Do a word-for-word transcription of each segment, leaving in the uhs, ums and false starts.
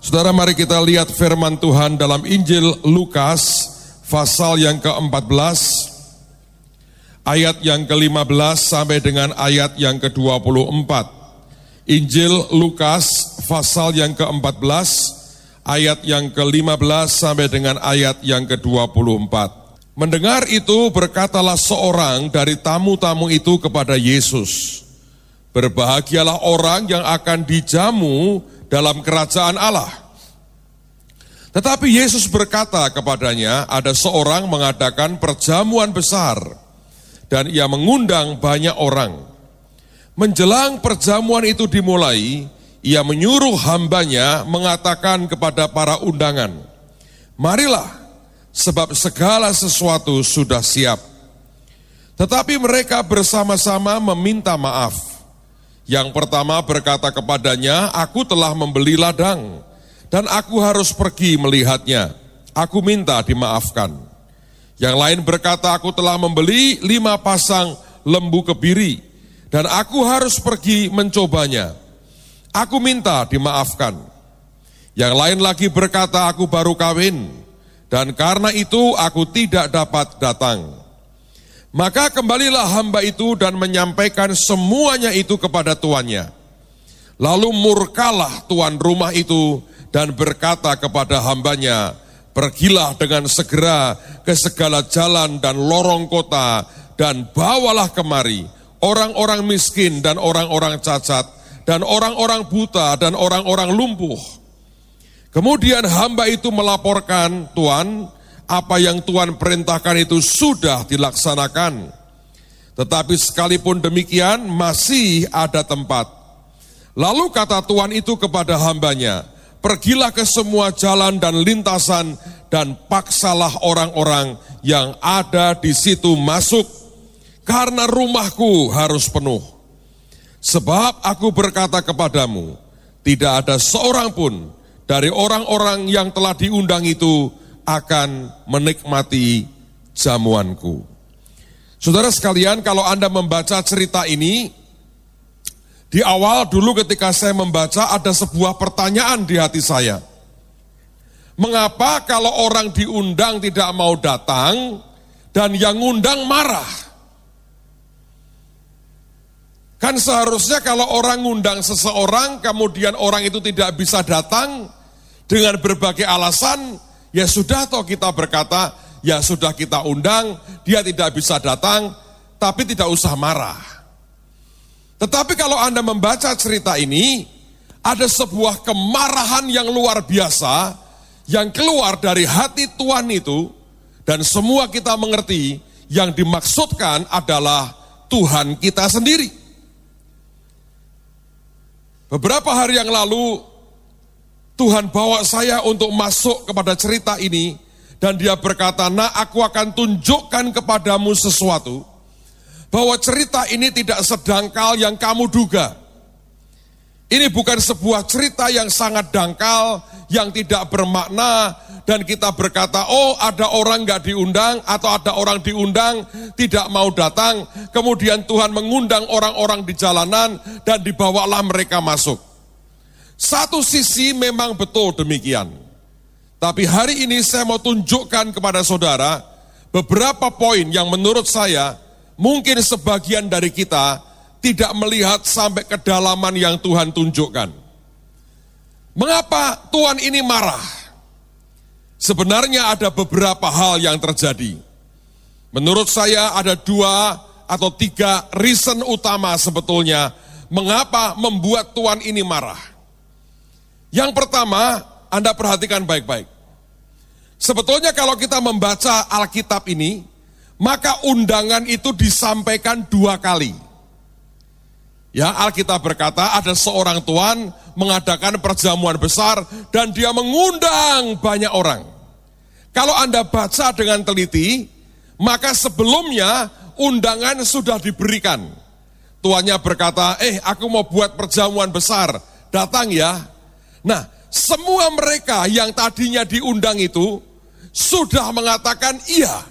Saudara, mari kita lihat firman Tuhan dalam Injil Lukas pasal yang keempat belas, ayat yang kelima belas sampai dengan ayat yang kedua puluh empat. Injil Lukas pasal yang keempat belas, ayat yang kelima belas sampai dengan ayat yang kedua puluh empat. Mendengar itu berkatalah seorang dari tamu-tamu itu kepada Yesus, "Berbahagialah orang yang akan dijamu dalam kerajaan Allah." Tetapi Yesus berkata kepadanya, ada seorang mengadakan perjamuan besar dan ia mengundang banyak orang. Menjelang perjamuan itu dimulai, ia menyuruh hambanya mengatakan kepada para undangan, "Marilah, sebab segala sesuatu sudah siap." Tetapi mereka bersama-sama meminta maaf. Yang pertama berkata kepadanya, "Aku telah membeli ladang, dan aku harus pergi melihatnya. Aku minta dimaafkan." Yang lain berkata, "Aku telah membeli lima pasang lembu kebiri, dan aku harus pergi mencobanya. Aku minta dimaafkan." Yang lain lagi berkata, "Aku baru kawin, dan karena itu aku tidak dapat datang." Maka kembalilah hamba itu dan menyampaikan semuanya itu kepada tuannya. Lalu murkalah tuan rumah itu dan berkata kepada hambanya, "Pergilah dengan segera ke segala jalan dan lorong kota dan bawalah kemari orang-orang miskin dan orang-orang cacat dan orang-orang buta dan orang-orang lumpuh." Kemudian hamba itu melaporkan, "Tuan, apa yang Tuhan perintahkan itu sudah dilaksanakan. Tetapi sekalipun demikian masih ada tempat." Lalu kata Tuhan itu kepada hambanya, "Pergilah ke semua jalan dan lintasan dan paksalah orang-orang yang ada di situ masuk, karena rumahku harus penuh. Sebab aku berkata kepadamu, tidak ada seorang pun dari orang-orang yang telah diundang itu akan menikmati jamuanku." Saudara sekalian, kalau Anda membaca cerita ini, di awal dulu ketika saya membaca ada sebuah pertanyaan di hati saya. Mengapa kalau orang diundang tidak mau datang dan yang ngundang marah? Kan seharusnya kalau orang ngundang seseorang kemudian orang itu tidak bisa datang dengan berbagai alasan, ya sudah toh kita berkata, ya sudah kita undang, dia tidak bisa datang, tapi tidak usah marah. Tetapi kalau Anda membaca cerita ini, ada sebuah kemarahan yang luar biasa yang keluar dari hati Tuhan itu, dan semua kita mengerti yang dimaksudkan adalah Tuhan kita sendiri. Beberapa hari yang lalu, Tuhan bawa saya untuk masuk kepada cerita ini, dan dia berkata, "Nak, aku akan tunjukkan kepadamu sesuatu, bahwa cerita ini tidak sedangkal yang kamu duga. Ini bukan sebuah cerita yang sangat dangkal, yang tidak bermakna, dan kita berkata, oh ada orang gak diundang, atau ada orang diundang, tidak mau datang, kemudian Tuhan mengundang orang-orang di jalanan, dan dibawalah mereka masuk." Satu sisi memang betul demikian. Tapi hari ini saya mau tunjukkan kepada saudara beberapa poin yang menurut saya mungkin sebagian dari kita tidak melihat sampai kedalaman yang Tuhan tunjukkan. Mengapa Tuhan ini marah? Sebenarnya ada beberapa hal yang terjadi. Menurut saya ada dua atau tiga reason utama sebetulnya mengapa membuat Tuhan ini marah. Yang pertama, Anda perhatikan baik-baik. Sebetulnya kalau kita membaca Alkitab ini, maka undangan itu disampaikan dua kali. Ya, Alkitab berkata ada seorang tuan mengadakan perjamuan besar dan dia mengundang banyak orang. Kalau Anda baca dengan teliti, maka sebelumnya undangan sudah diberikan. Tuannya berkata, "Eh, aku mau buat perjamuan besar, datang ya." Nah, semua mereka yang tadinya diundang itu sudah mengatakan iya.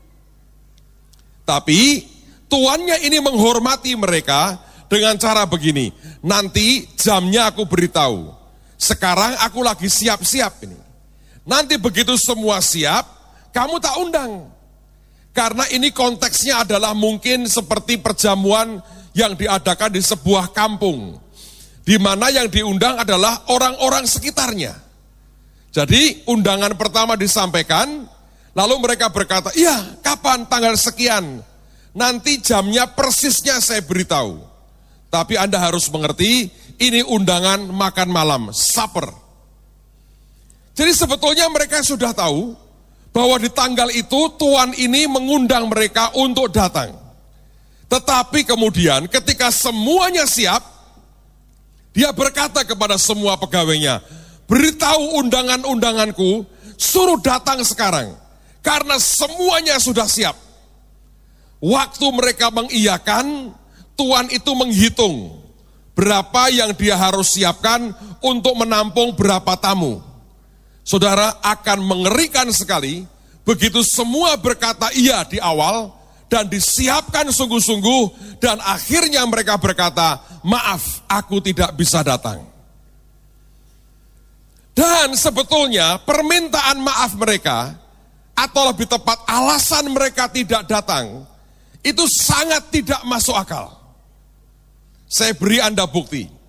Tapi tuannya ini menghormati mereka dengan cara begini, "Nanti jamnya aku beritahu. Sekarang aku lagi siap-siap ini. Nanti begitu semua siap, kamu tak undang. Karena ini konteksnya adalah mungkin seperti perjamuan yang diadakan di sebuah kampung. Di mana yang diundang adalah orang-orang sekitarnya. Jadi undangan pertama disampaikan, lalu mereka berkata, iya kapan tanggal sekian, nanti jamnya persisnya saya beritahu. Tapi Anda harus mengerti, ini undangan makan malam, supper. Jadi sebetulnya mereka sudah tahu, bahwa di tanggal itu Tuhan ini mengundang mereka untuk datang. Tetapi kemudian ketika semuanya siap, dia berkata kepada semua pegawainya, beritahu undangan-undanganku, suruh datang sekarang. Karena semuanya sudah siap. Waktu mereka mengiyakan, Tuhan itu menghitung berapa yang dia harus siapkan untuk menampung berapa tamu. Saudara, akan mengerikan sekali begitu semua berkata iya di awal dan disiapkan sungguh-sungguh dan akhirnya mereka berkata, maaf, aku tidak bisa datang. Dan sebetulnya permintaan maaf mereka, atau lebih tepat alasan mereka tidak datang, itu sangat tidak masuk akal. Saya beri Anda bukti.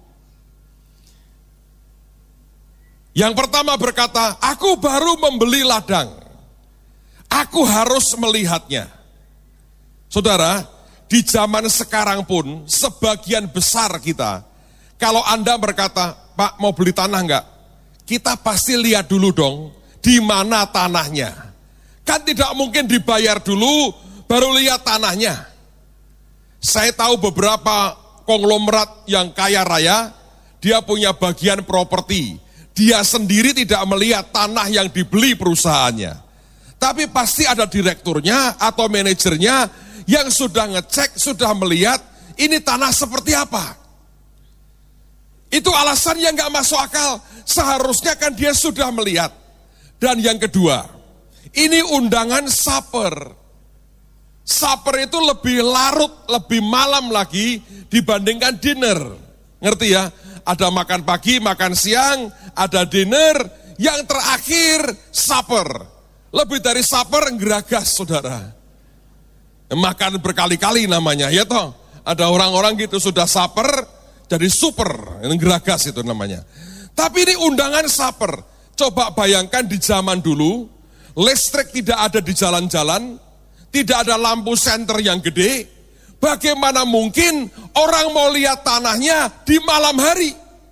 Yang pertama berkata, aku baru membeli ladang. Aku harus melihatnya. Saudara, di zaman sekarang pun sebagian besar kita, kalau Anda berkata, Pak mau beli tanah enggak? Kita pasti lihat dulu dong, di mana tanahnya. Kan tidak mungkin dibayar dulu, baru lihat tanahnya. Saya tahu beberapa konglomerat yang kaya raya, dia punya bagian properti. Dia sendiri tidak melihat tanah yang dibeli perusahaannya. Tapi pasti ada direkturnya atau manajernya yang sudah ngecek, sudah melihat ini tanah seperti apa. Itu alasan yang gak masuk akal. Seharusnya kan dia sudah melihat. Dan yang kedua, ini undangan supper. Supper itu lebih larut, lebih malam lagi dibandingkan dinner. Ngerti ya? Ada makan pagi, makan siang, ada dinner, yang terakhir supper. Lebih dari supper, geragas saudara. Makan berkali-kali namanya, ya toh. Ada orang-orang gitu sudah supper, jadi super, geragas itu namanya. Tapi ini undangan supper. Coba bayangkan di zaman dulu, listrik tidak ada di jalan-jalan, tidak ada lampu senter yang gede. Bagaimana mungkin orang mau lihat tanahnya di malam hari?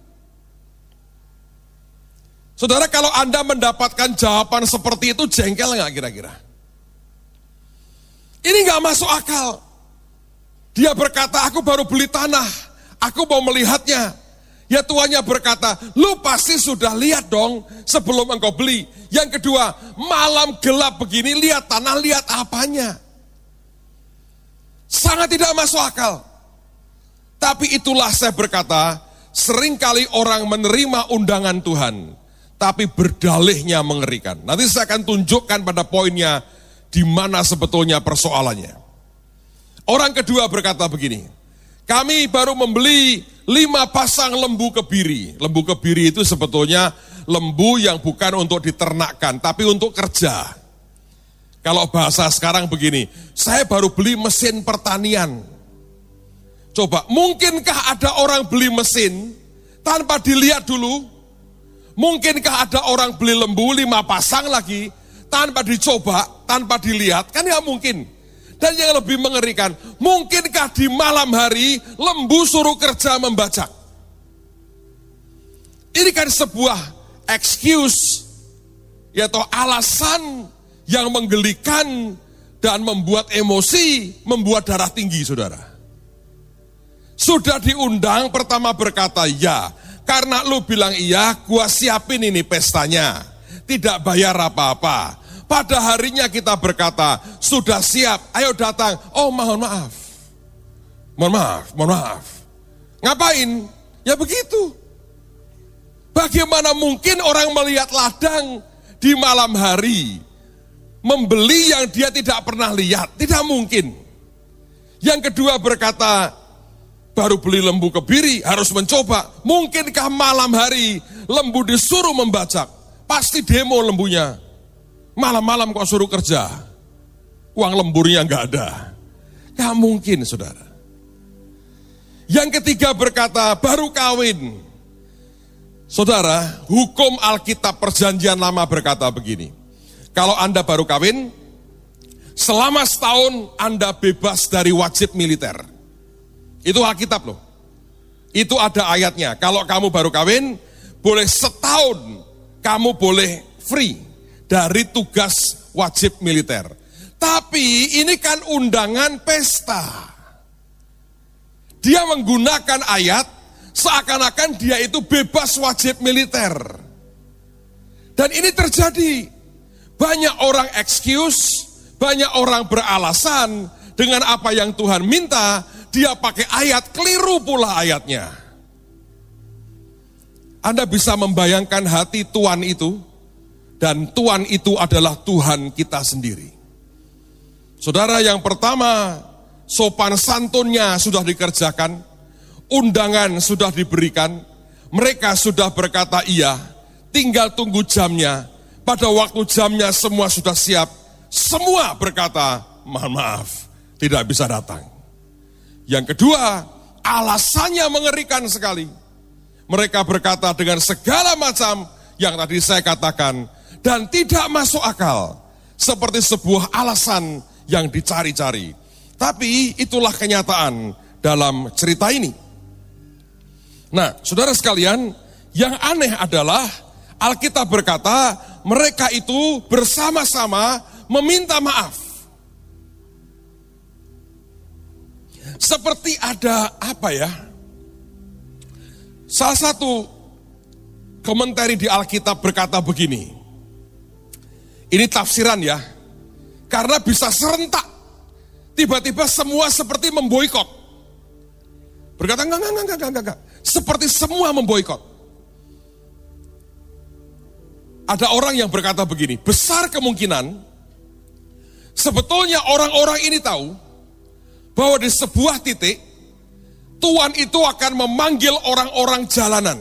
Saudara, kalau Anda mendapatkan jawaban seperti itu, jengkel nggak kira-kira? Ini nggak masuk akal. Dia berkata, aku baru beli tanah, aku mau melihatnya. Ya tuannya berkata, lu pasti sudah lihat dong sebelum engkau beli. Yang kedua, malam gelap begini, lihat tanah, lihat apanya? Sangat tidak masuk akal. Tapi itulah saya berkata, seringkali orang menerima undangan Tuhan, tapi berdalihnya mengerikan. Nanti saya akan tunjukkan pada poinnya di mana sebetulnya persoalannya. Orang kedua berkata begini, kami baru membeli lima pasang lembu kebiri. Lembu kebiri itu sebetulnya lembu yang bukan untuk diternakkan, tapi untuk kerja. Kalau bahasa sekarang begini, saya baru beli mesin pertanian. Coba, mungkinkah ada orang beli mesin tanpa dilihat dulu? Mungkinkah ada orang beli lembu lima pasang lagi tanpa dicoba, tanpa dilihat? Kan ya mungkin. Dan yang lebih mengerikan, mungkinkah di malam hari lembu suruh kerja membajak? Ini kan sebuah excuse, yaitu alasan yang menggelikan dan membuat emosi, membuat darah tinggi, saudara. Sudah diundang, pertama berkata ya, karena lu bilang iya, gua siapin ini pestanya, tidak bayar apa-apa. Pada harinya kita berkata, sudah siap, ayo datang. Oh mohon maaf, mohon maaf, mohon maaf. Ngapain? Ya begitu. Bagaimana mungkin orang melihat ladang di malam hari, membeli yang dia tidak pernah lihat? Tidak mungkin. Yang kedua berkata, baru beli lembu kebiri, harus mencoba. Mungkinkah malam hari lembu disuruh membajak? Pasti demo lembunya. Malam-malam kok suruh kerja. Uang lemburnya nggak ada. Nggak mungkin, saudara. Yang ketiga berkata, baru kawin. Saudara, hukum Alkitab Perjanjian Lama berkata begini. Kalau Anda baru kawin, selama setahun Anda bebas dari wajib militer. Itu Alkitab loh. Itu ada ayatnya. Kalau kamu baru kawin, boleh setahun kamu boleh free dari tugas wajib militer. Tapi ini kan undangan pesta. Dia menggunakan ayat seakan-akan dia itu bebas wajib militer. Dan ini terjadi. Banyak orang excuse, banyak orang beralasan dengan apa yang Tuhan minta. Dia pakai ayat, keliru pula ayatnya. Anda bisa membayangkan hati Tuhan itu, dan Tuhan itu adalah Tuhan kita sendiri. Saudara, yang pertama, sopan santunnya sudah dikerjakan, undangan sudah diberikan, mereka sudah berkata iya, tinggal tunggu jamnya. Pada waktu jamnya semua sudah siap, semua berkata, mohon maaf, tidak bisa datang. Yang kedua, alasannya mengerikan sekali. Mereka berkata dengan segala macam yang tadi saya katakan, dan tidak masuk akal, seperti sebuah alasan yang dicari-cari. Tapi itulah kenyataan dalam cerita ini. Nah, saudara sekalian, yang aneh adalah Alkitab berkata, mereka itu bersama-sama meminta maaf. Seperti ada apa ya? Salah satu komentari di Alkitab berkata begini. Ini tafsiran ya. Karena bisa serentak. Tiba-tiba semua seperti memboikot. Berkata enggak, enggak, enggak, enggak, enggak. Seperti semua memboikot. Ada orang yang berkata begini, besar kemungkinan sebetulnya orang-orang ini tahu bahwa di sebuah titik, Tuhan itu akan memanggil orang-orang jalanan.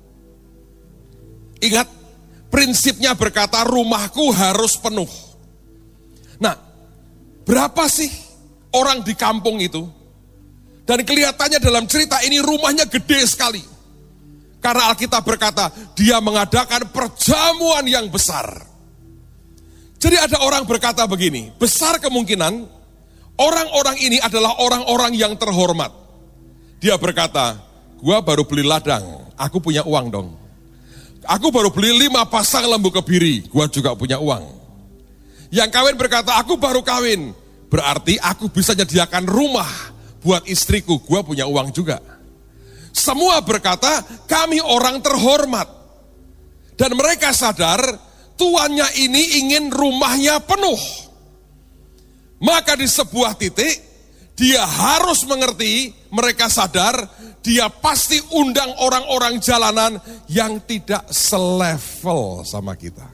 Ingat, prinsipnya berkata rumahku harus penuh. Nah, berapa sih orang di kampung itu? Dan kelihatannya dalam cerita ini rumahnya gede sekali. Karena Alkitab berkata, dia mengadakan perjamuan yang besar. Jadi ada orang berkata begini, besar kemungkinan orang-orang ini adalah orang-orang yang terhormat. Dia berkata, gua baru beli ladang, aku punya uang dong. Aku baru beli lima pasang lembu kebiri, gua juga punya uang. Yang kawin berkata, aku baru kawin, berarti aku bisa menyediakan rumah buat istriku, gua punya uang juga. Semua berkata, kami orang terhormat. Dan mereka sadar, tuannya ini ingin rumahnya penuh. Maka di sebuah titik, dia harus mengerti, mereka sadar, dia pasti undang orang-orang jalanan yang tidak selevel sama kita.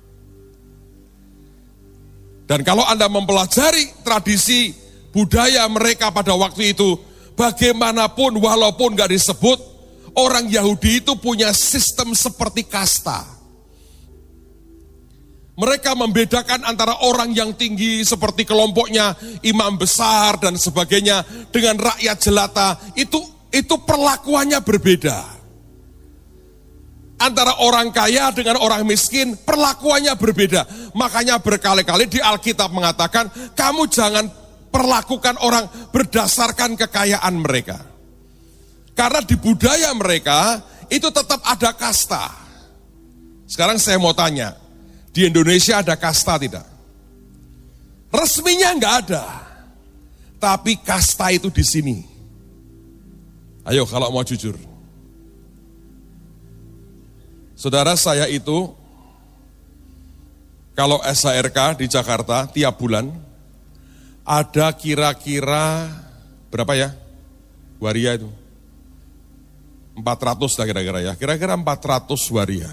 Dan kalau Anda mempelajari tradisi budaya mereka pada waktu itu, bagaimanapun walaupun gak disebut, orang Yahudi itu punya sistem seperti kasta. Mereka membedakan antara orang yang tinggi seperti kelompoknya imam besar dan sebagainya dengan rakyat jelata. Itu itu perlakuannya berbeda. Antara orang kaya dengan orang miskin perlakuannya berbeda. Makanya berkali-kali di Alkitab mengatakan kamu jangan perlakukan orang berdasarkan kekayaan mereka. Karena di budaya mereka itu tetap ada kasta. Sekarang saya mau tanya, di Indonesia ada kasta tidak? Resminya enggak ada. Tapi kasta itu di sini. Ayo kalau mau jujur. Saudara, saya itu kalau S H R K di Jakarta tiap bulan ada kira-kira berapa ya? Waria itu. empat ratus lah kira-kira ya. Kira-kira empat ratus waria.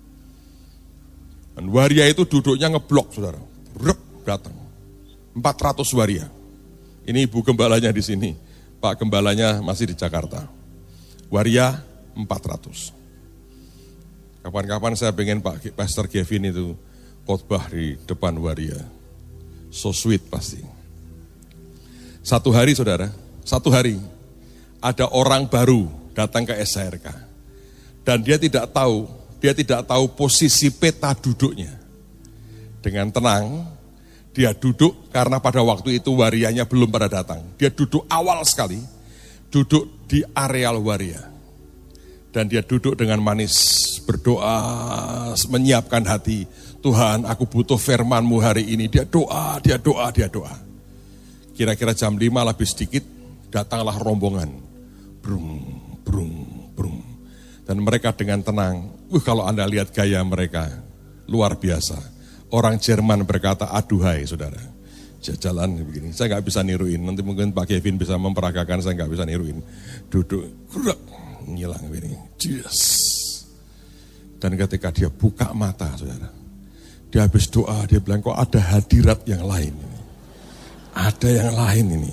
Dan waria itu duduknya ngeblok, saudara. Rep, datang. empat ratus waria. Ini ibu gembalanya di sini. Pak Gembalanya masih di Jakarta. Waria empat ratus. Kapan-kapan saya pengen Pak Pastor Kevin itu khotbah di depan Waria. So sweet pasti. Satu hari saudara, satu hari ada orang baru datang ke S H R K. Dan dia tidak tahu, dia tidak tahu posisi peta duduknya. Dengan tenang, dia duduk karena pada waktu itu Warianya belum pada datang. Dia duduk awal sekali, duduk di areal Waria. Dan dia duduk dengan manis, berdoa, menyiapkan hati. Tuhan, aku butuh firman-Mu hari ini. Dia doa, dia doa, dia doa. Kira-kira jam lima lebih sedikit, datanglah rombongan. Brum, brum, brum. Dan mereka dengan tenang, uh, kalau Anda lihat gaya mereka, luar biasa. Orang Jerman berkata, aduhai saudara. Jalan begini, saya nggak bisa niruin. Nanti mungkin Pak Kevin bisa memperagakan, saya nggak bisa niruin. Duduk, gerak, ngilang begini. Yes. Dan ketika dia buka mata, saudara, dia habis doa, dia bilang, kok ada hadirat yang lain ini. Ada yang lain ini.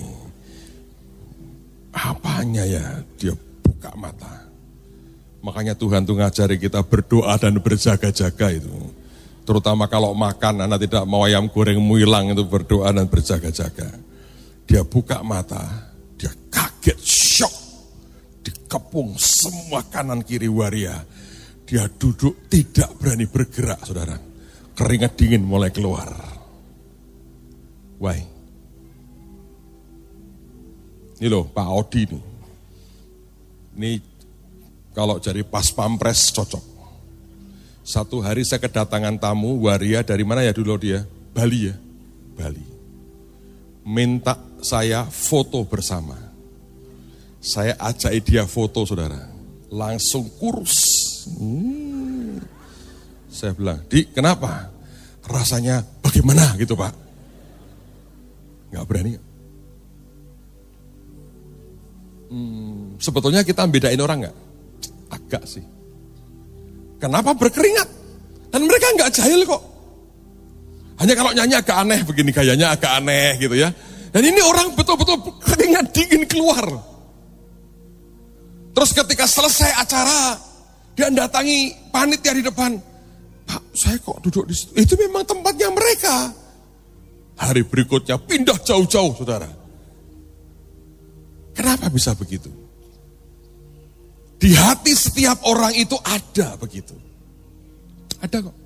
Apanya ya? Dia buka mata. Makanya Tuhan tuh ngajari kita berdoa dan berjaga-jaga itu. Terutama kalau makan, Anda tidak mau ayam goreng muilang itu berdoa dan berjaga-jaga. Dia buka mata, dia kaget, syok. Dikepung semua kanan kiri Waria. Dia duduk tidak berani bergerak, saudara. Keringat dingin mulai keluar. Why? Ini loh Pak Odi nih. Ini kalau jadi pas pampres cocok. Satu hari saya kedatangan tamu Waria dari mana ya dulu dia? Bali ya, Bali. Minta saya foto bersama. Saya ajak dia foto saudara. Langsung kurus. Hmm. Saya bilang, Di kenapa? Rasanya bagaimana gitu Pak? Gak berani. Hmm, sebetulnya kita bedain orang gak? Agak sih. Kenapa berkeringat? Dan mereka nggak jahil kok. Hanya kalau nyanyi agak aneh begini, gayanya agak aneh gitu ya. Dan ini orang betul-betul keringat dingin keluar. Terus ketika selesai acara, dia datangi panitia di depan. Pak, saya kok duduk di situ? Itu memang tempatnya mereka. Hari berikutnya pindah jauh-jauh, saudara. Kenapa bisa begitu? Di hati setiap orang itu ada begitu. Ada kok.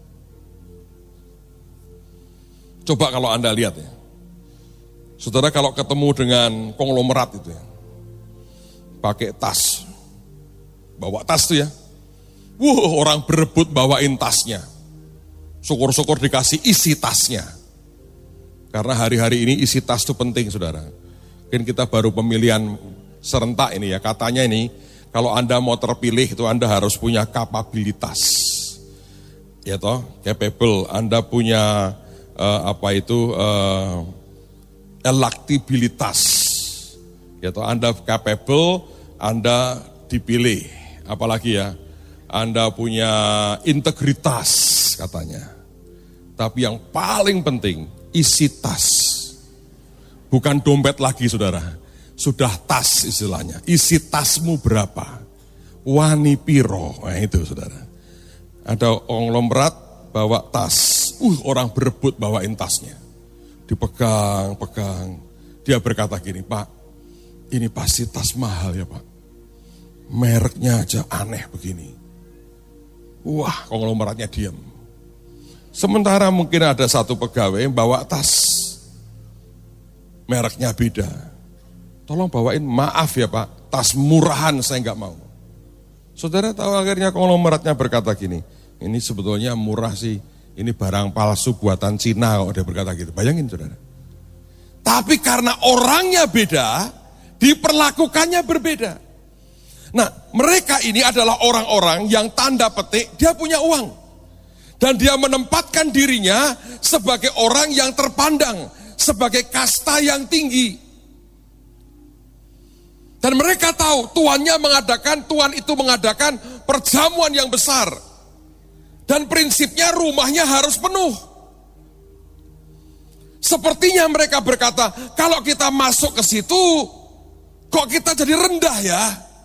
Coba kalau Anda lihat ya. Saudara kalau ketemu dengan konglomerat itu ya. Pakai tas. Bawa tas tuh ya. Wuh, orang berebut bawain tasnya. Syukur-syukur dikasih isi tasnya. Karena hari-hari ini isi tas itu penting saudara. Mungkin kita baru pemilihan serentak ini ya. Katanya ini kalau Anda mau terpilih itu Anda harus punya kapabilitas. Ya toh, capable. Anda punya uh, apa itu uh, electabilitas. Ya toh, Anda capable, Anda dipilih. Apalagi ya, Anda punya integritas katanya. Tapi yang paling penting isi tas. Bukan dompet lagi saudara. Sudah tas istilahnya, isi tasmu berapa? Wani piro, nah itu saudara. Ada konglomerat bawa tas, uh orang berebut bawain tasnya. Dipegang, pegang. Dia berkata gini, Pak, ini pasti tas mahal ya Pak. Mereknya aja aneh begini. Wah, konglomeratnya diam. Sementara mungkin ada satu pegawai yang bawa tas, mereknya beda. Tolong bawain, maaf ya Pak, tas murahan saya nggak mau. Saudara tahu akhirnya konglomeratnya berkata gini, ini sebetulnya murah sih, ini barang palsu buatan Cina kok dia berkata gitu. Bayangin saudara. Tapi karena orangnya beda, diperlakukannya berbeda. Nah mereka ini adalah orang-orang yang tanda petik dia punya uang. Dan dia menempatkan dirinya sebagai orang yang terpandang, sebagai kasta yang tinggi. Dan mereka tahu tuannya mengadakan, tuan itu mengadakan perjamuan yang besar. Dan prinsipnya rumahnya harus penuh. Sepertinya mereka berkata, kalau kita masuk ke situ, Kok kita jadi rendah ya?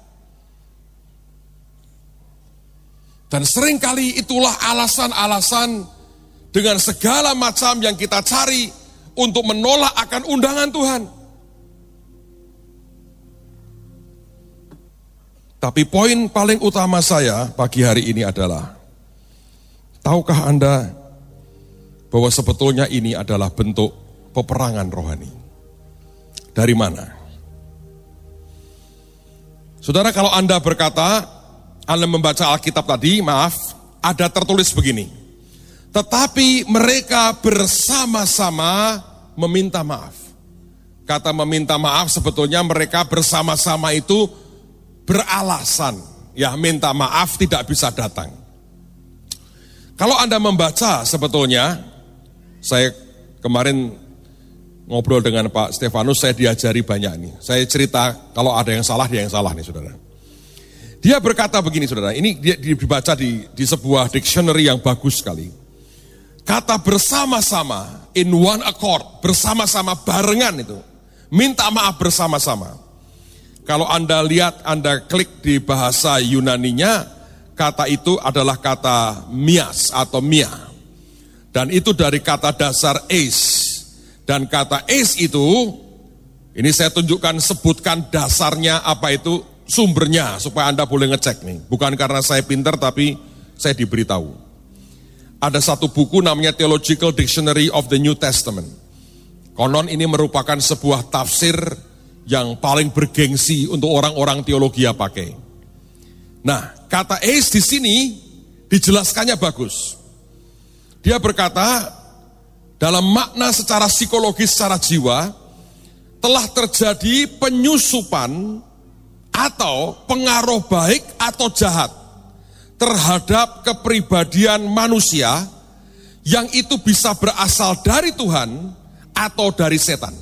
Dan seringkali itulah alasan-alasan dengan segala macam yang kita cari untuk menolak akan undangan Tuhan. Tapi poin paling utama saya pagi hari ini adalah, tahukah Anda bahwa sebetulnya ini adalah bentuk peperangan rohani? Dari mana? Saudara, kalau Anda berkata, Anda membaca Alkitab tadi, maaf, ada tertulis begini. Tetapi mereka bersama-sama meminta maaf. Kata meminta maaf sebetulnya mereka bersama-sama itu beralasan. Ya, minta maaf tidak bisa datang. Kalau Anda membaca sebetulnya, saya kemarin ngobrol dengan Pak Stefanus, saya diajari banyak nih. Saya cerita kalau ada yang salah, dia yang salah nih saudara. Dia berkata begini saudara, ini dia dibaca di, di sebuah dictionary yang bagus sekali. Kata bersama-sama, in one accord, bersama-sama barengan itu. Minta maaf bersama-sama. Kalau Anda lihat, Anda klik di bahasa Yunaninya, kata itu adalah kata mias atau mia. Dan itu dari kata dasar eis. Dan kata eis itu, ini saya tunjukkan, sebutkan dasarnya apa itu, sumbernya, supaya Anda boleh ngecek nih. Bukan karena saya pintar, tapi saya diberitahu. Ada satu buku namanya Theological Dictionary of the New Testament. Konon ini merupakan sebuah tafsir yang paling bergengsi untuk orang-orang teologi pakai. Nah, kata eis di sini dijelaskannya bagus. Dia berkata, dalam makna secara psikologis, secara jiwa, telah terjadi penyusupan atau pengaruh baik atau jahat terhadap kepribadian manusia yang itu bisa berasal dari Tuhan atau dari setan.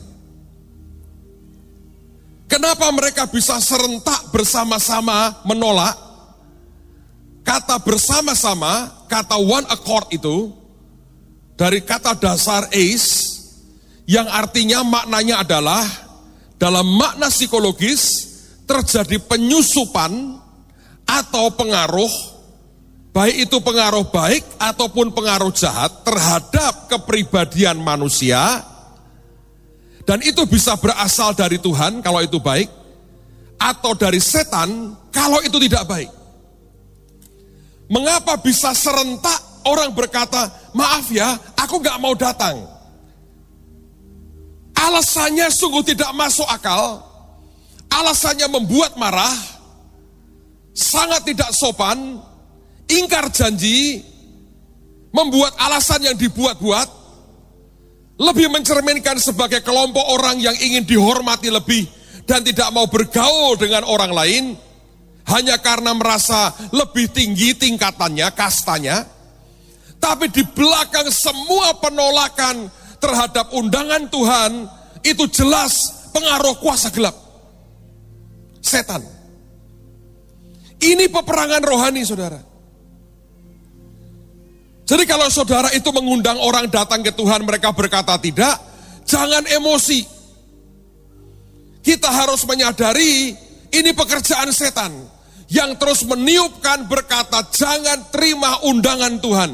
Kenapa mereka bisa serentak bersama-sama menolak? Kata bersama-sama, kata one accord itu, dari kata dasar eis, yang artinya maknanya adalah, dalam makna psikologis, terjadi penyusupan atau pengaruh, baik itu pengaruh baik ataupun pengaruh jahat terhadap kepribadian manusia, dan itu bisa berasal dari Tuhan kalau itu baik, atau dari setan kalau itu tidak baik. Mengapa bisa serentak orang berkata, maaf ya, aku gak mau datang. Alasannya sungguh tidak masuk akal. Alasannya membuat marah, sangat tidak sopan, ingkar janji, membuat alasan yang dibuat-buat, lebih mencerminkan sebagai kelompok orang yang ingin dihormati lebih dan tidak mau bergaul dengan orang lain, hanya karena merasa lebih tinggi tingkatannya, kastanya. Tapi di belakang semua penolakan terhadap undangan Tuhan, itu jelas pengaruh kuasa gelap. Setan. Ini peperangan rohani, saudara. Jadi kalau saudara itu mengundang orang datang ke Tuhan, mereka berkata tidak, jangan emosi. Kita harus menyadari ini pekerjaan setan yang terus meniupkan berkata jangan terima undangan Tuhan.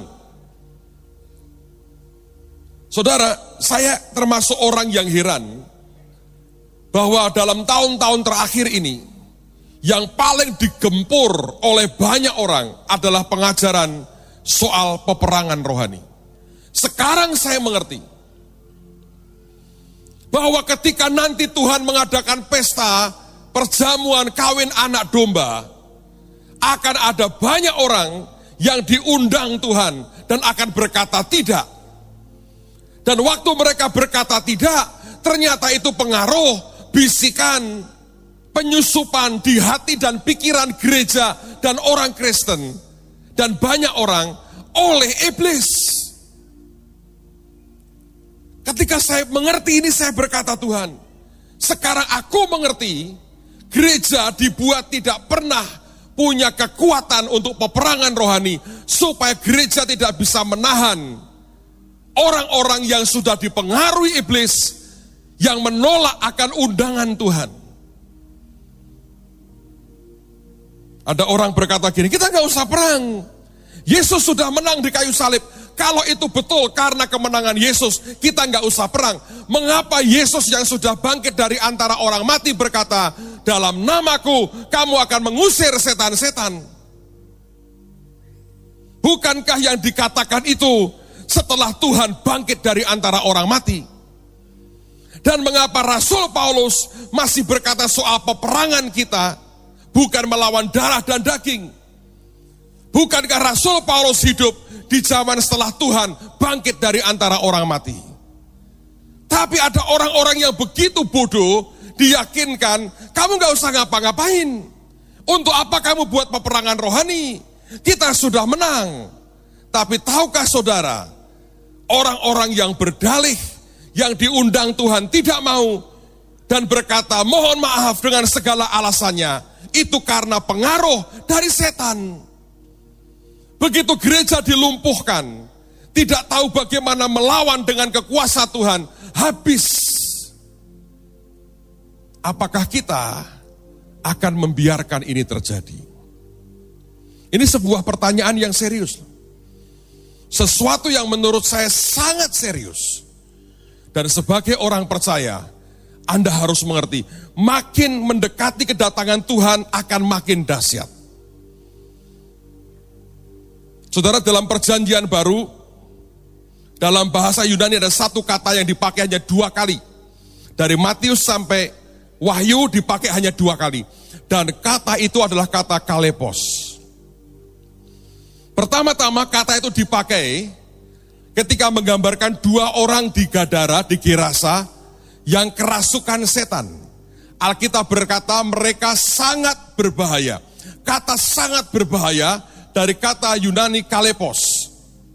Saudara, saya termasuk orang yang heran bahwa dalam tahun-tahun terakhir ini, yang paling digempur oleh banyak orang adalah pengajaran soal peperangan rohani. Sekarang saya mengerti bahwa ketika nanti Tuhan mengadakan pesta perjamuan kawin anak domba, akan ada banyak orang yang diundang Tuhan dan akan berkata tidak. Dan waktu mereka berkata tidak, ternyata itu pengaruh, bisikan, penyusupan di hati dan pikiran gereja dan orang Kristen. Dan banyak orang oleh iblis. Ketika saya mengerti ini, saya berkata, Tuhan, sekarang aku mengerti, gereja dibuat tidak pernah punya kekuatan untuk peperangan rohani, supaya gereja tidak bisa menahan orang-orang yang sudah dipengaruhi iblis, yang menolak akan undangan Tuhan. Ada orang berkata gini, kita nggak usah perang. Yesus sudah menang di kayu salib. Kalau itu betul karena kemenangan Yesus, kita nggak usah perang. Mengapa Yesus yang sudah bangkit dari antara orang mati berkata, dalam namaku kamu akan mengusir setan-setan? Bukankah yang dikatakan itu setelah Tuhan bangkit dari antara orang mati? Dan mengapa Rasul Paulus masih berkata soal peperangan kita bukan melawan darah dan daging? Bukankah Rasul Paulus hidup di zaman setelah Tuhan bangkit dari antara orang mati? Tapi ada orang-orang yang begitu bodoh, diyakinkan, kamu gak usah ngapa-ngapain. Untuk apa kamu buat peperangan rohani? Kita sudah menang. Tapi tahukah saudara, orang-orang yang berdalih, yang diundang Tuhan tidak mau, dan berkata, mohon maaf dengan segala alasannya, itu karena pengaruh dari setan. Begitu gereja dilumpuhkan, tidak tahu bagaimana melawan dengan kekuasaan Tuhan, habis. Apakah kita akan membiarkan ini terjadi? Ini sebuah pertanyaan yang serius. Sesuatu yang menurut saya sangat serius. Dan sebagai orang percaya, Anda harus mengerti, makin mendekati kedatangan Tuhan akan makin dahsyat. Saudara, dalam perjanjian baru, dalam bahasa Yunani ada satu kata yang dipakai hanya dua kali. Dari Matius sampai Wahyu dipakai hanya dua kali. Dan kata itu adalah kata kalepos. Pertama-tama kata itu dipakai ketika menggambarkan dua orang di Gadara, di Gerasa, yang kerasukan setan. Alkitab berkata mereka sangat berbahaya. Kata sangat berbahaya dari kata Yunani kalepos.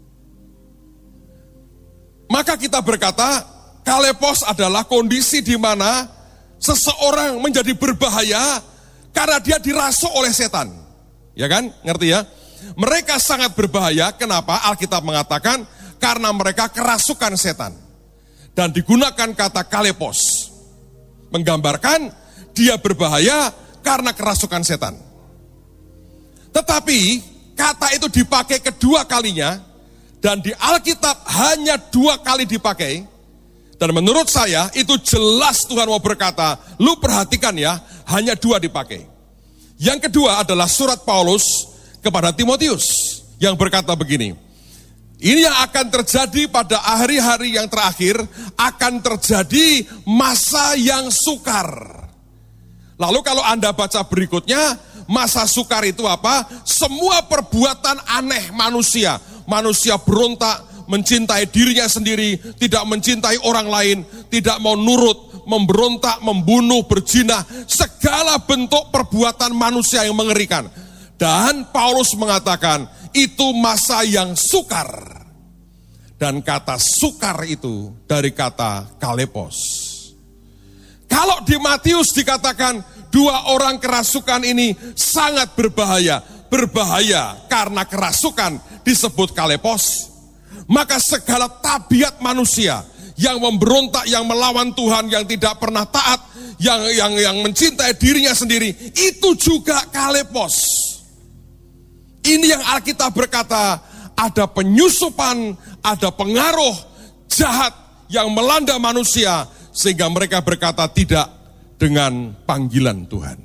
Maka kita berkata, kalepos adalah kondisi di mana seseorang menjadi berbahaya karena dia dirasuk oleh setan. Ya kan? Ngerti ya? Mereka sangat berbahaya, kenapa? Alkitab mengatakan, karena mereka kerasukan setan. Dan digunakan kata kalepos. Menggambarkan dia berbahaya karena kerasukan setan. Tetapi kata itu dipakai kedua kalinya, dan di Alkitab hanya dua kali dipakai, dan menurut saya itu jelas Tuhan mau berkata, lu perhatikan ya, hanya dua dipakai. Yang kedua adalah surat Paulus kepada Timotius, yang berkata begini, ini yang akan terjadi pada hari-hari yang terakhir, akan terjadi masa yang sukar. Lalu kalau Anda baca berikutnya, masa sukar itu apa? Semua perbuatan aneh manusia. Manusia berontak, mencintai dirinya sendiri, tidak mencintai orang lain, tidak mau nurut, memberontak, membunuh, berzina, segala bentuk perbuatan manusia yang mengerikan. Dan Paulus mengatakan, itu masa yang sukar. Dan kata sukar itu dari kata kalepos. Kalau di Matius dikatakan, dua orang kerasukan ini sangat berbahaya. Berbahaya karena kerasukan disebut kalepos. Maka segala tabiat manusia yang memberontak, yang melawan Tuhan, yang tidak pernah taat, yang yang yang mencintai dirinya sendiri, itu juga kalepos. Ini yang Alkitab berkata, ada penyusupan, ada pengaruh jahat yang melanda manusia, sehingga mereka berkata tidak dengan panggilan Tuhan.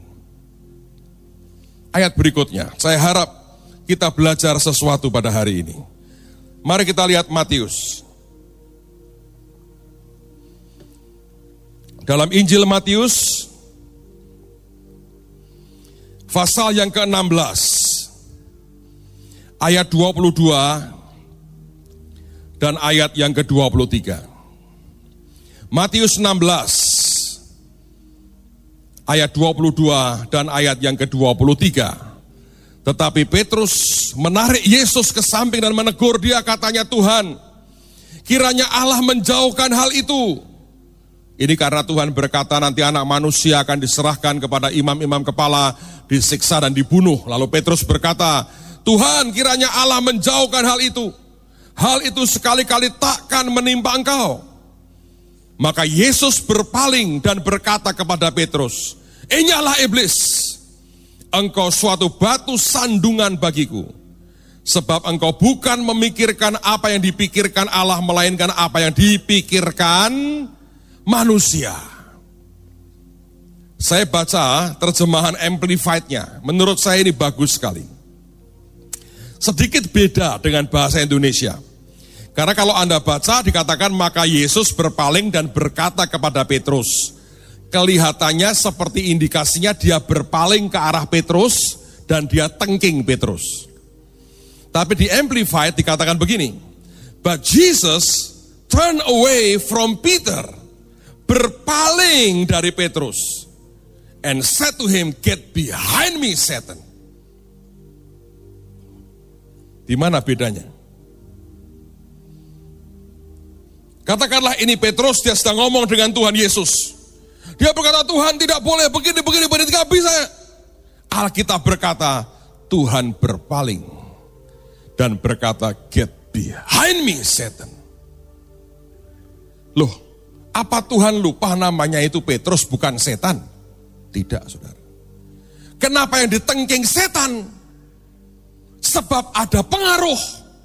Ayat berikutnya, saya harap kita belajar sesuatu pada hari ini. Mari kita lihat Matius. Dalam Injil Matius, pasal yang ke enam belas, ayat dua puluh dua dan ayat yang ke dua puluh tiga. Matius enam belas, ayat dua puluh dua dan ayat yang ke dua puluh tiga. Tetapi Petrus menarik Yesus ke samping dan menegur dia, katanya, Tuhan, kiranya Allah menjauhkan hal itu. Ini karena Tuhan berkata nanti anak manusia akan diserahkan kepada imam-imam kepala, disiksa dan dibunuh. Lalu Petrus berkata, Tuhan, kiranya Allah menjauhkan hal itu. Hal itu sekali-kali takkan menimpa engkau. Maka Yesus berpaling dan berkata kepada Petrus, enyahlah iblis, engkau suatu batu sandungan bagiku. Sebab engkau bukan memikirkan apa yang dipikirkan Allah, melainkan apa yang dipikirkan manusia. Saya baca terjemahan Amplified-nya, menurut saya ini bagus sekali. Sedikit beda dengan bahasa Indonesia. Karena kalau Anda baca dikatakan maka Yesus berpaling dan berkata kepada Petrus. Kelihatannya seperti indikasinya dia berpaling ke arah Petrus dan dia tengking Petrus. Tapi di Amplified dikatakan begini, but Jesus turned away from Peter, berpaling dari Petrus, and said to him, get behind me, Satan. Di mana bedanya? Katakanlah ini Petrus, dia sedang ngomong dengan Tuhan Yesus. Dia berkata, Tuhan tidak boleh begini, begini, begini, tidak bisa. Alkitab berkata, Tuhan berpaling dan berkata, get behind me, Satan. Loh, apa Tuhan lupa namanya itu Petrus bukan setan? Tidak, saudara. Kenapa yang ditengking setan? Sebab ada pengaruh.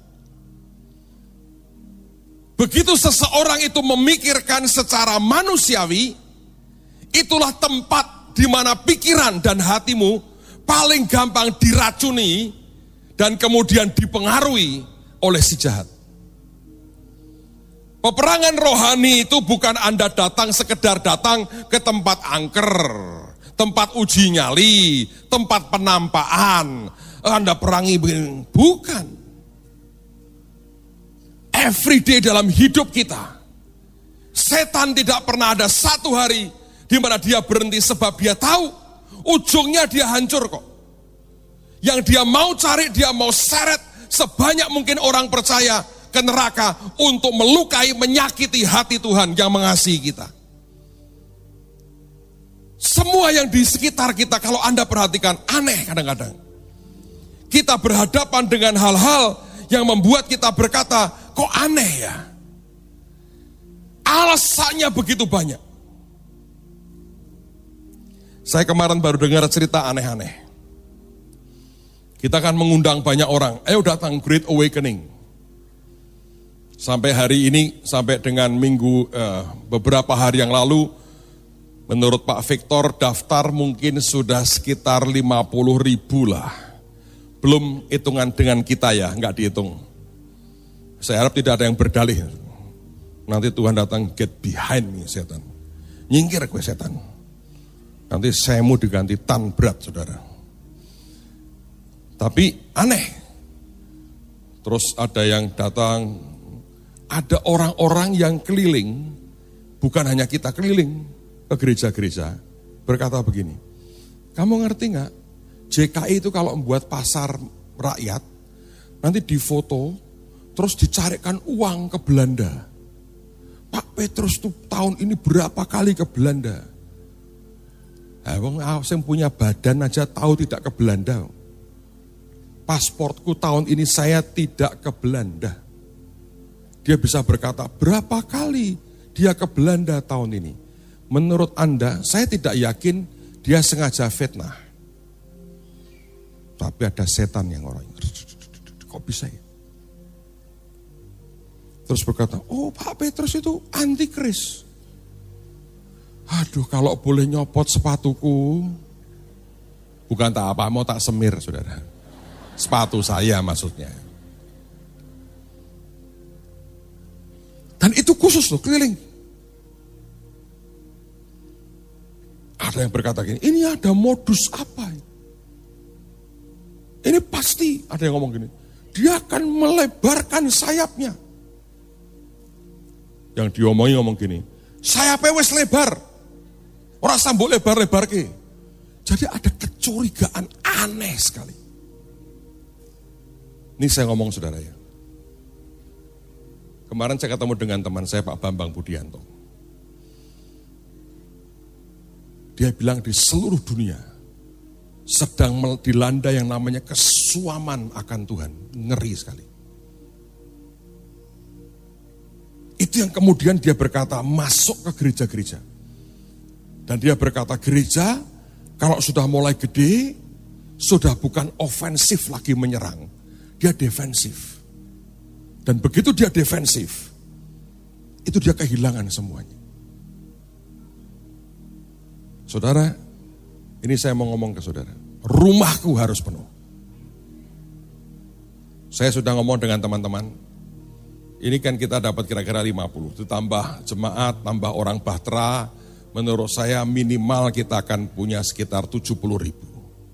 Begitu seseorang itu memikirkan secara manusiawi, itulah tempat di mana pikiran dan hatimu paling gampang diracuni dan kemudian dipengaruhi oleh si jahat. Peperangan rohani itu bukan Anda datang sekedar datang ke tempat angker, tempat uji nyali, tempat penampaan, Anda perangi begini. Bukan. Every day dalam hidup kita, setan tidak pernah ada satu hari di mana dia berhenti sebab dia tahu ujungnya dia hancur kok. Yang dia mau cari, dia mau seret sebanyak mungkin orang percaya ke neraka untuk melukai, menyakiti hati Tuhan yang mengasihi kita. Semua yang di sekitar kita kalau Anda perhatikan aneh kadang-kadang. Kita berhadapan dengan hal-hal yang membuat kita berkata, kok aneh ya? Alasannya begitu banyak. Saya kemarin baru dengar cerita aneh-aneh. Kita akan mengundang banyak orang, ayo datang Great Awakening. Sampai hari ini, sampai dengan minggu eh, beberapa hari yang lalu, menurut Pak Victor daftar mungkin sudah sekitar lima puluh ribu lah. Belum hitungan dengan kita ya, enggak dihitung. Saya harap tidak ada yang berdalih. Nanti Tuhan datang, get behind me, setan. Nyingkir gue setan. Nanti saya mau diganti tan berat, saudara. Tapi aneh. Terus ada yang datang, ada orang-orang yang keliling, bukan hanya kita keliling ke gereja-gereja, berkata begini, kamu ngerti gak, J K I itu kalau membuat pasar rakyat, nanti difoto, terus dicarikan uang ke Belanda. Pak Petrus tuh tahun ini berapa kali ke Belanda? Nah, wong yang punya badan aja tahu tidak ke Belanda. Pasportku tahun ini saya tidak ke Belanda. Dia bisa berkata, berapa kali dia ke Belanda tahun ini? Menurut Anda, saya tidak yakin dia sengaja fitnah. Tapi ada setan yang orang, kok bisa ya? Terus berkata, oh Pak Petrus itu antikris. Aduh, kalau boleh nyopot sepatuku, bukan tak apa, mau tak semir, saudara. Sepatu saya maksudnya. Dan itu khusus loh, keliling. Ada yang berkata gini, ini ada modus apa? Ini pasti, ada yang ngomong gini, dia akan melebarkan sayapnya. Yang diomongi ngomong gini, sayapnya wes lebar. Orang sambut lebar-lebar ke. Jadi ada kecurigaan aneh sekali. Ini saya ngomong saudara ya. Kemarin saya ketemu dengan teman saya Pak Bambang Budianto. Dia bilang di seluruh dunia sedang dilanda yang namanya kesuaman akan Tuhan. Ngeri sekali. Itu yang kemudian dia berkata masuk ke gereja-gereja. Dan dia berkata gereja kalau sudah mulai gede, sudah bukan ofensif lagi menyerang, dia defensif. Dan begitu dia defensif, itu dia kehilangan semuanya. Saudara, ini saya mau ngomong ke saudara, rumahku harus penuh. Saya sudah ngomong dengan teman-teman, ini kan kita dapat kira-kira lima puluh, itu tambah jemaat, tambah orang bahtera, menurut saya minimal kita akan punya sekitar tujuh puluh ribu.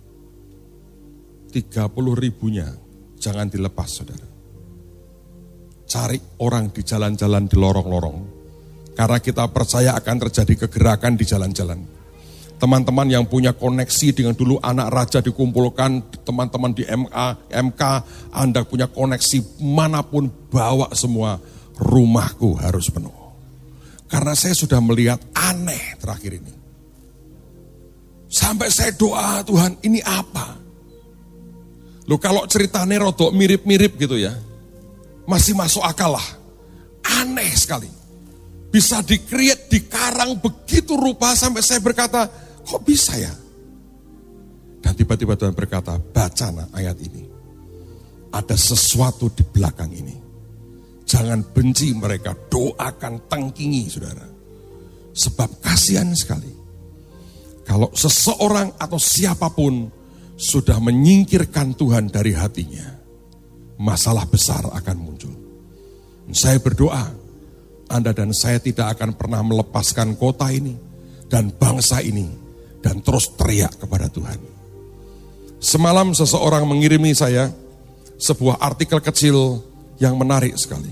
tiga puluh ribunya jangan dilepas saudara. Cari orang di jalan-jalan, di lorong-lorong. Karena kita percaya akan terjadi kegerakan di jalan-jalan. Teman-teman yang punya koneksi dengan dulu anak raja dikumpulkan, teman-teman di M A, M K, Anda punya koneksi manapun, bawa semua, rumahku harus penuh. Karena saya sudah melihat aneh terakhir ini. Sampai saya doa, Tuhan ini apa? Loh kalau ceritanya rodok mirip-mirip gitu ya, masih masuk akal lah. Aneh sekali. Bisa di-create, dikarang begitu rupa sampai saya berkata, kok bisa ya? Dan tiba-tiba Tuhan berkata, baca nak ayat ini. Ada sesuatu di belakang ini. Jangan benci mereka, doakan, tengkingi saudara. Sebab kasihan sekali. Kalau seseorang atau siapapun sudah menyingkirkan Tuhan dari hatinya, masalah besar akan muncul. Saya berdoa, Anda dan saya tidak akan pernah melepaskan kota ini dan bangsa ini dan terus teriak kepada Tuhan. Semalam seseorang mengirimi saya sebuah artikel kecil yang menarik sekali.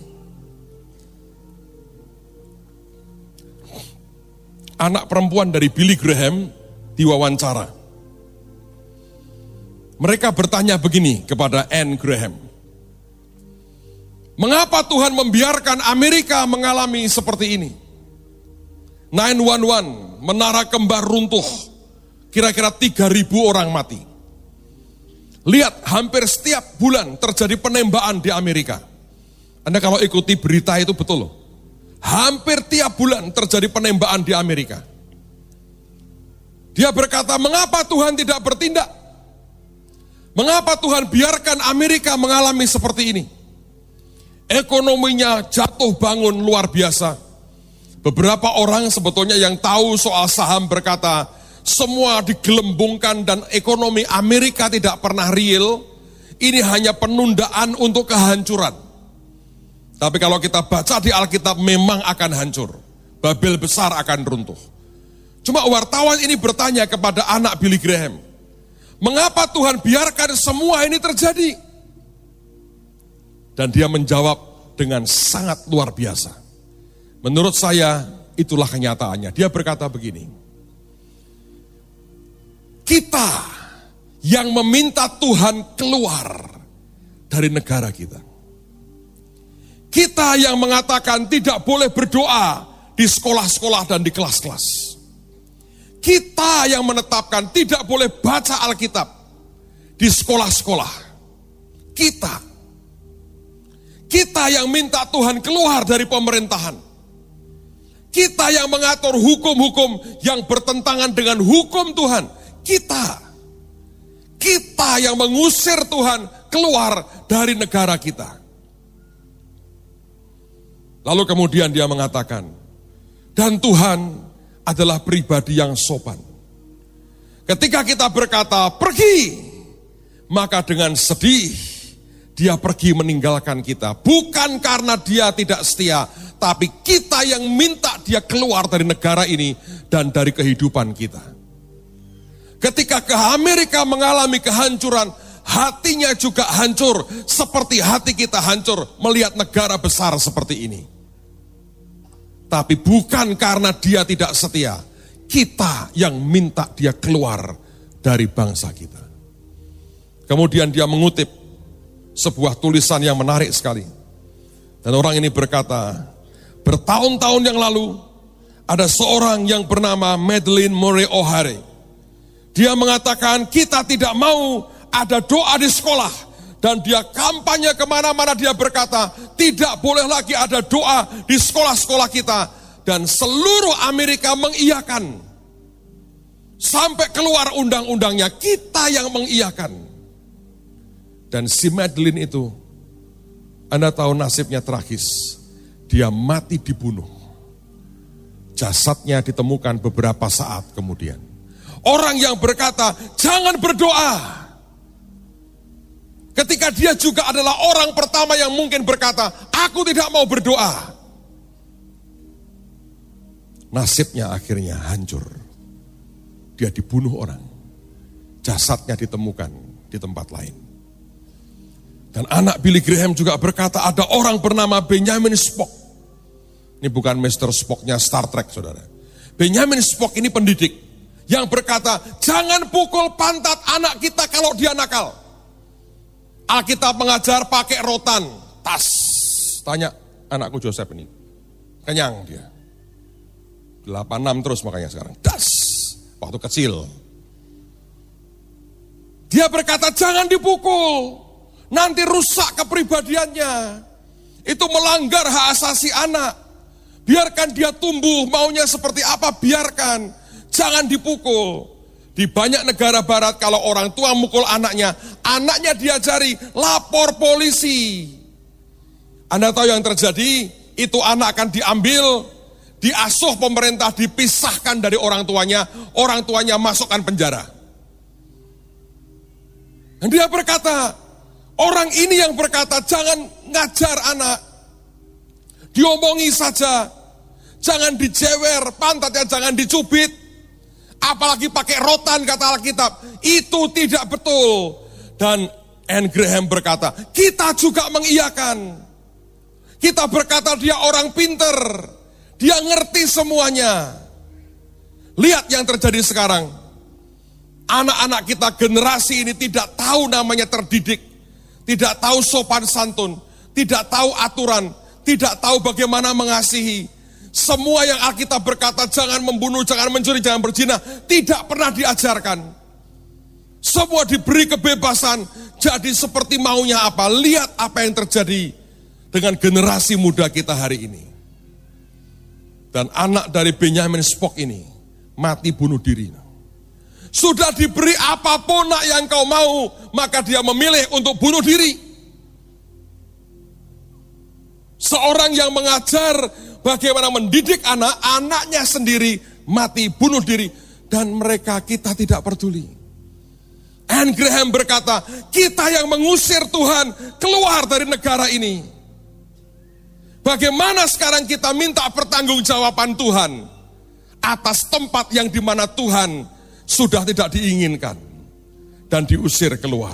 Anak perempuan dari Billy Graham diwawancara. Mereka bertanya begini kepada Anne Graham. Mengapa Tuhan membiarkan Amerika mengalami seperti ini? sembilan satu satu, menara kembar runtuh. Kira-kira tiga ribu orang mati. Lihat, hampir setiap bulan terjadi penembakan di Amerika. Anda kalau ikuti berita itu betul loh. Hampir tiap bulan terjadi penembakan di Amerika. Dia berkata, mengapa Tuhan tidak bertindak? Mengapa Tuhan biarkan Amerika mengalami seperti ini? Ekonominya jatuh bangun luar biasa. Beberapa orang sebetulnya yang tahu soal saham berkata, semua digelembungkan dan ekonomi Amerika tidak pernah real. Ini hanya penundaan untuk kehancuran. Tapi kalau kita baca di Alkitab memang akan hancur. Babel besar akan runtuh. Cuma wartawan ini bertanya kepada anak Billy Graham, mengapa Tuhan biarkan semua ini terjadi? Dan dia menjawab dengan sangat luar biasa. Menurut saya itulah kenyataannya. Dia berkata begini, kita yang meminta Tuhan keluar dari negara kita. Kita yang mengatakan tidak boleh berdoa di sekolah-sekolah dan di kelas-kelas. Kita yang menetapkan tidak boleh baca Alkitab di sekolah-sekolah. Kita. Kita yang minta Tuhan keluar dari pemerintahan. Kita yang mengatur hukum-hukum yang bertentangan dengan hukum Tuhan. Kita. Kita yang mengusir Tuhan keluar dari negara kita. Lalu kemudian dia mengatakan, dan Tuhan adalah pribadi yang sopan. Ketika kita berkata, pergi, maka dengan sedih, dia pergi meninggalkan kita. Bukan karena dia tidak setia, tapi kita yang minta dia keluar dari negara ini dan dari kehidupan kita. Ketika ke Amerika mengalami kehancuran, hatinya juga hancur, seperti hati kita hancur melihat negara besar seperti ini. Tapi bukan karena dia tidak setia, kita yang minta dia keluar dari bangsa kita. Kemudian dia mengutip sebuah tulisan yang menarik sekali. Dan orang ini berkata, bertahun-tahun yang lalu ada seorang yang bernama Madeleine Murray O'Hare. Dia mengatakan kita tidak mau ada doa di sekolah. Dan dia kampanye kemana-mana, dia berkata, tidak boleh lagi ada doa di sekolah-sekolah kita. Dan seluruh Amerika mengiyakan. Sampai keluar undang-undangnya, kita yang mengiyakan. Dan si Madeline itu, Anda tahu nasibnya tragis. Dia mati dibunuh. Jasadnya ditemukan beberapa saat kemudian. Orang yang berkata, jangan berdoa. Ketika dia juga adalah orang pertama yang mungkin berkata, aku tidak mau berdoa. Nasibnya akhirnya hancur. Dia dibunuh orang. Jasadnya ditemukan di tempat lain. Dan anak Billy Graham juga berkata, ada orang bernama Benjamin Spock. Ini bukan mister Spock-nya Star Trek, saudara. Benjamin Spock ini pendidik yang berkata, jangan pukul pantat anak kita kalau dia nakal. Alkitab mengajar pakai rotan, tas. Tanya anakku Joseph ini. Kenyang dia. delapan enam terus makanya sekarang. Das. Waktu kecil. Dia berkata, jangan dipukul. Nanti rusak kepribadiannya. Itu melanggar hak asasi anak. Biarkan dia tumbuh, maunya seperti apa, biarkan. Jangan dipukul. Di banyak negara barat kalau orang tua mukul anaknya, anaknya diajari lapor polisi. Anda tahu yang terjadi? Itu anak akan diambil, diasuh pemerintah, dipisahkan dari orang tuanya, orang tuanya masukkan penjara. Dan dia berkata, orang ini yang berkata, jangan ngajar anak, diomongi saja, jangan dijewer, pantatnya jangan dicubit, apalagi pakai rotan kata Alkitab, itu tidak betul. Dan Anne Graham berkata, kita juga mengiyakan, kita berkata dia orang pinter, dia ngerti semuanya. Lihat yang terjadi sekarang. Anak-anak kita generasi ini tidak tahu namanya terdidik. Tidak tahu sopan santun. Tidak tahu aturan. Tidak tahu bagaimana mengasihi. Semua yang Alkitab berkata jangan membunuh, jangan mencuri, jangan berzina. Tidak pernah diajarkan. Semua diberi kebebasan. Jadi seperti maunya apa. Lihat apa yang terjadi dengan generasi muda kita hari ini. Dan anak dari Benjamin Spock ini mati bunuh diri. Sudah diberi apapun nak yang kau mau, maka dia memilih untuk bunuh diri. Seorang yang mengajar bagaimana mendidik anak, anaknya sendiri mati bunuh diri. Dan mereka kita tidak peduli. Anne Graham berkata, kita yang mengusir Tuhan keluar dari negara ini. Bagaimana sekarang kita minta pertanggungjawaban Tuhan atas tempat yang dimana Tuhan sudah tidak diinginkan dan diusir keluar.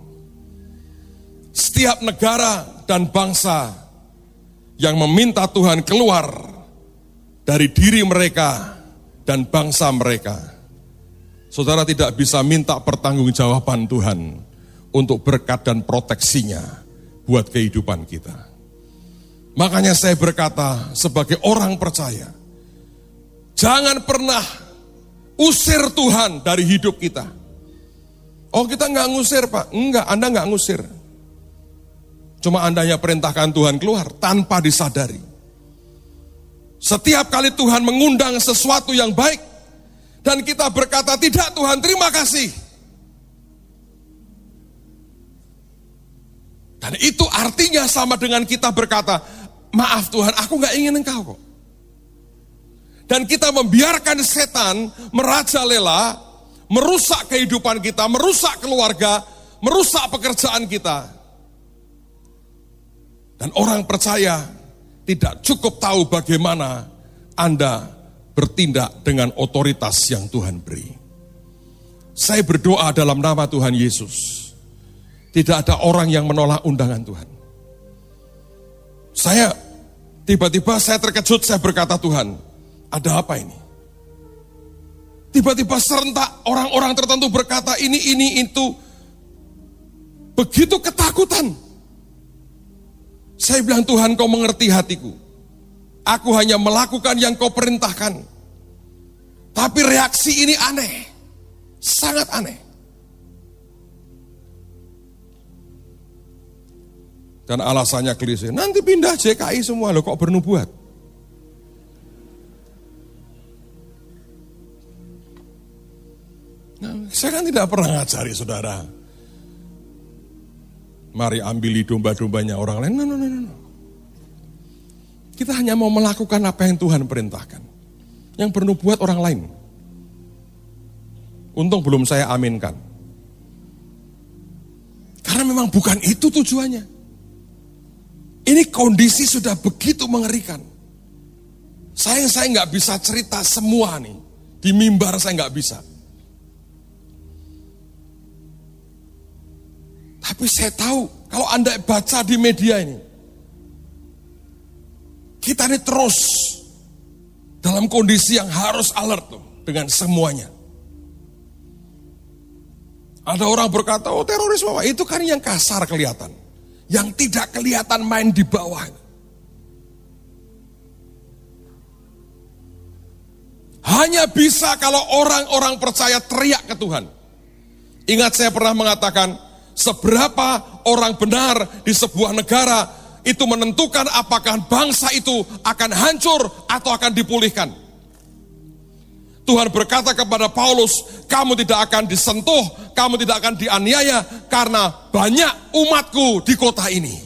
Setiap negara dan bangsa yang meminta Tuhan keluar dari diri mereka dan bangsa mereka, saudara tidak bisa minta pertanggungjawaban Tuhan untuk berkat dan proteksinya buat kehidupan kita. Makanya saya berkata sebagai orang percaya, jangan pernah usir Tuhan dari hidup kita. Oh kita nggak ngusir Pak, enggak, Anda nggak ngusir. Cuma Anda yang perintahkan Tuhan keluar tanpa disadari. Setiap kali Tuhan mengundang sesuatu yang baik, dan kita berkata tidak Tuhan terima kasih. Dan itu artinya sama dengan kita berkata, maaf Tuhan, aku gak ingin engkau kok. Dan kita membiarkan setan merajalela, merusak kehidupan kita, merusak keluarga, merusak pekerjaan kita. Dan orang percaya tidak cukup tahu bagaimana Anda bertindak dengan otoritas yang Tuhan beri. Saya berdoa dalam nama Tuhan Yesus. Tidak ada orang yang menolak undangan Tuhan. Saya tiba-tiba saya terkejut, saya berkata Tuhan, ada apa ini? Tiba-tiba serentak orang-orang tertentu berkata ini, ini, itu. Begitu ketakutan. Saya bilang Tuhan kau mengerti hatiku. Aku hanya melakukan yang kau perintahkan. Tapi reaksi ini aneh. Sangat aneh. Dan alasannya klise, nanti pindah J K I semua, loh kok bernubuat. Saya kan tidak pernah ngajari saudara. Mari ambili domba-dombanya orang lain. No, no, no, no. Kita hanya mau melakukan apa yang Tuhan perintahkan. Yang bernubuat orang lain. Untung belum saya aminkan. Karena memang bukan itu tujuannya. Ini kondisi sudah begitu mengerikan. Saya saya nggak bisa cerita semua nih. Di mimbar saya nggak bisa. Tapi saya tahu, kalau Anda baca di media ini, kita ini terus dalam kondisi yang harus alert tuh, dengan semuanya. Ada orang berkata, oh terorisme, itu kan yang kasar kelihatan. Yang tidak kelihatan main di bawah. Hanya bisa kalau orang-orang percaya teriak ke Tuhan. Ingat saya pernah mengatakan, seberapa orang benar di sebuah negara itu menentukan apakah bangsa itu akan hancur atau akan dipulihkan. Tuhan berkata kepada Paulus, kamu tidak akan disentuh, kamu tidak akan dianiaya karena banyak umatku di kota ini.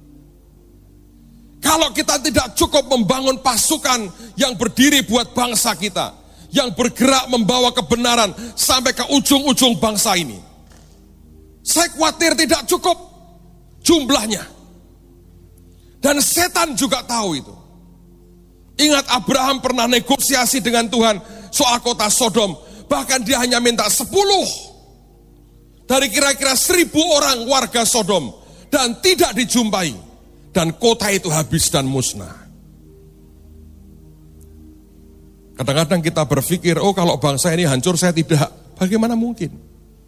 Kalau kita tidak cukup membangun pasukan yang berdiri buat bangsa kita, yang bergerak membawa kebenaran sampai ke ujung-ujung bangsa ini, saya khawatir tidak cukup jumlahnya. Dan setan juga tahu itu. Ingat Abraham pernah negosiasi dengan Tuhan soal kota Sodom. Bahkan dia hanya minta sepuluh dari kira-kira seribu orang warga Sodom. Dan tidak dijumpai. Dan kota itu habis dan musnah. Kadang-kadang kita berpikir, oh kalau bangsa ini hancur saya tidak. Bagaimana mungkin?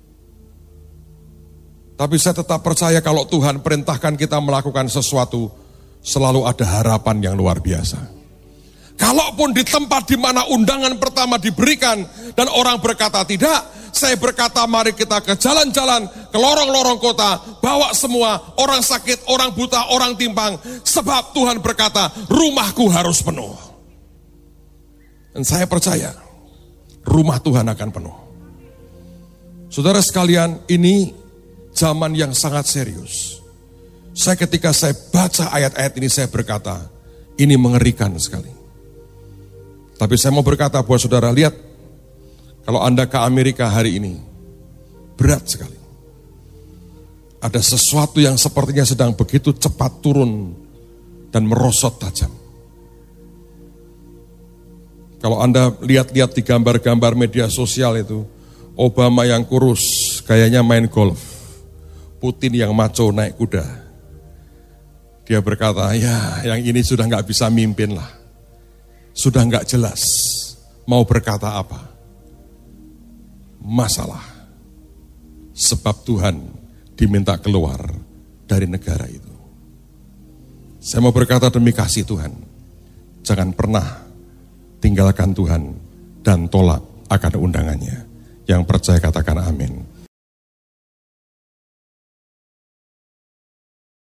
Tapi saya tetap percaya kalau Tuhan perintahkan kita melakukan sesuatu, selalu ada harapan yang luar biasa. Kalaupun di tempat di mana undangan pertama diberikan, dan orang berkata tidak, saya berkata mari kita ke jalan-jalan, ke lorong-lorong kota, bawa semua orang sakit, orang buta, orang timpang, sebab Tuhan berkata, rumahku harus penuh. Dan saya percaya, rumah Tuhan akan penuh. Saudara sekalian, ini zaman yang sangat serius. Saya ketika saya baca ayat-ayat ini saya berkata, ini mengerikan sekali. Tapi saya mau berkata buat saudara, lihat, kalau Anda ke Amerika hari ini, berat sekali. Ada sesuatu yang sepertinya sedang begitu cepat turun dan merosot tajam. Kalau Anda lihat-lihat di gambar-gambar media sosial itu, Obama yang kurus, kayaknya main golf. Putin yang maco naik kuda. Dia berkata, ya yang ini sudah gak bisa mimpin lah. Sudah gak jelas mau berkata apa. Masalah. Sebab Tuhan diminta keluar dari negara itu. Saya mau berkata demi kasih Tuhan. Jangan pernah tinggalkan Tuhan dan tolak akan undangannya. Yang percaya katakan amin.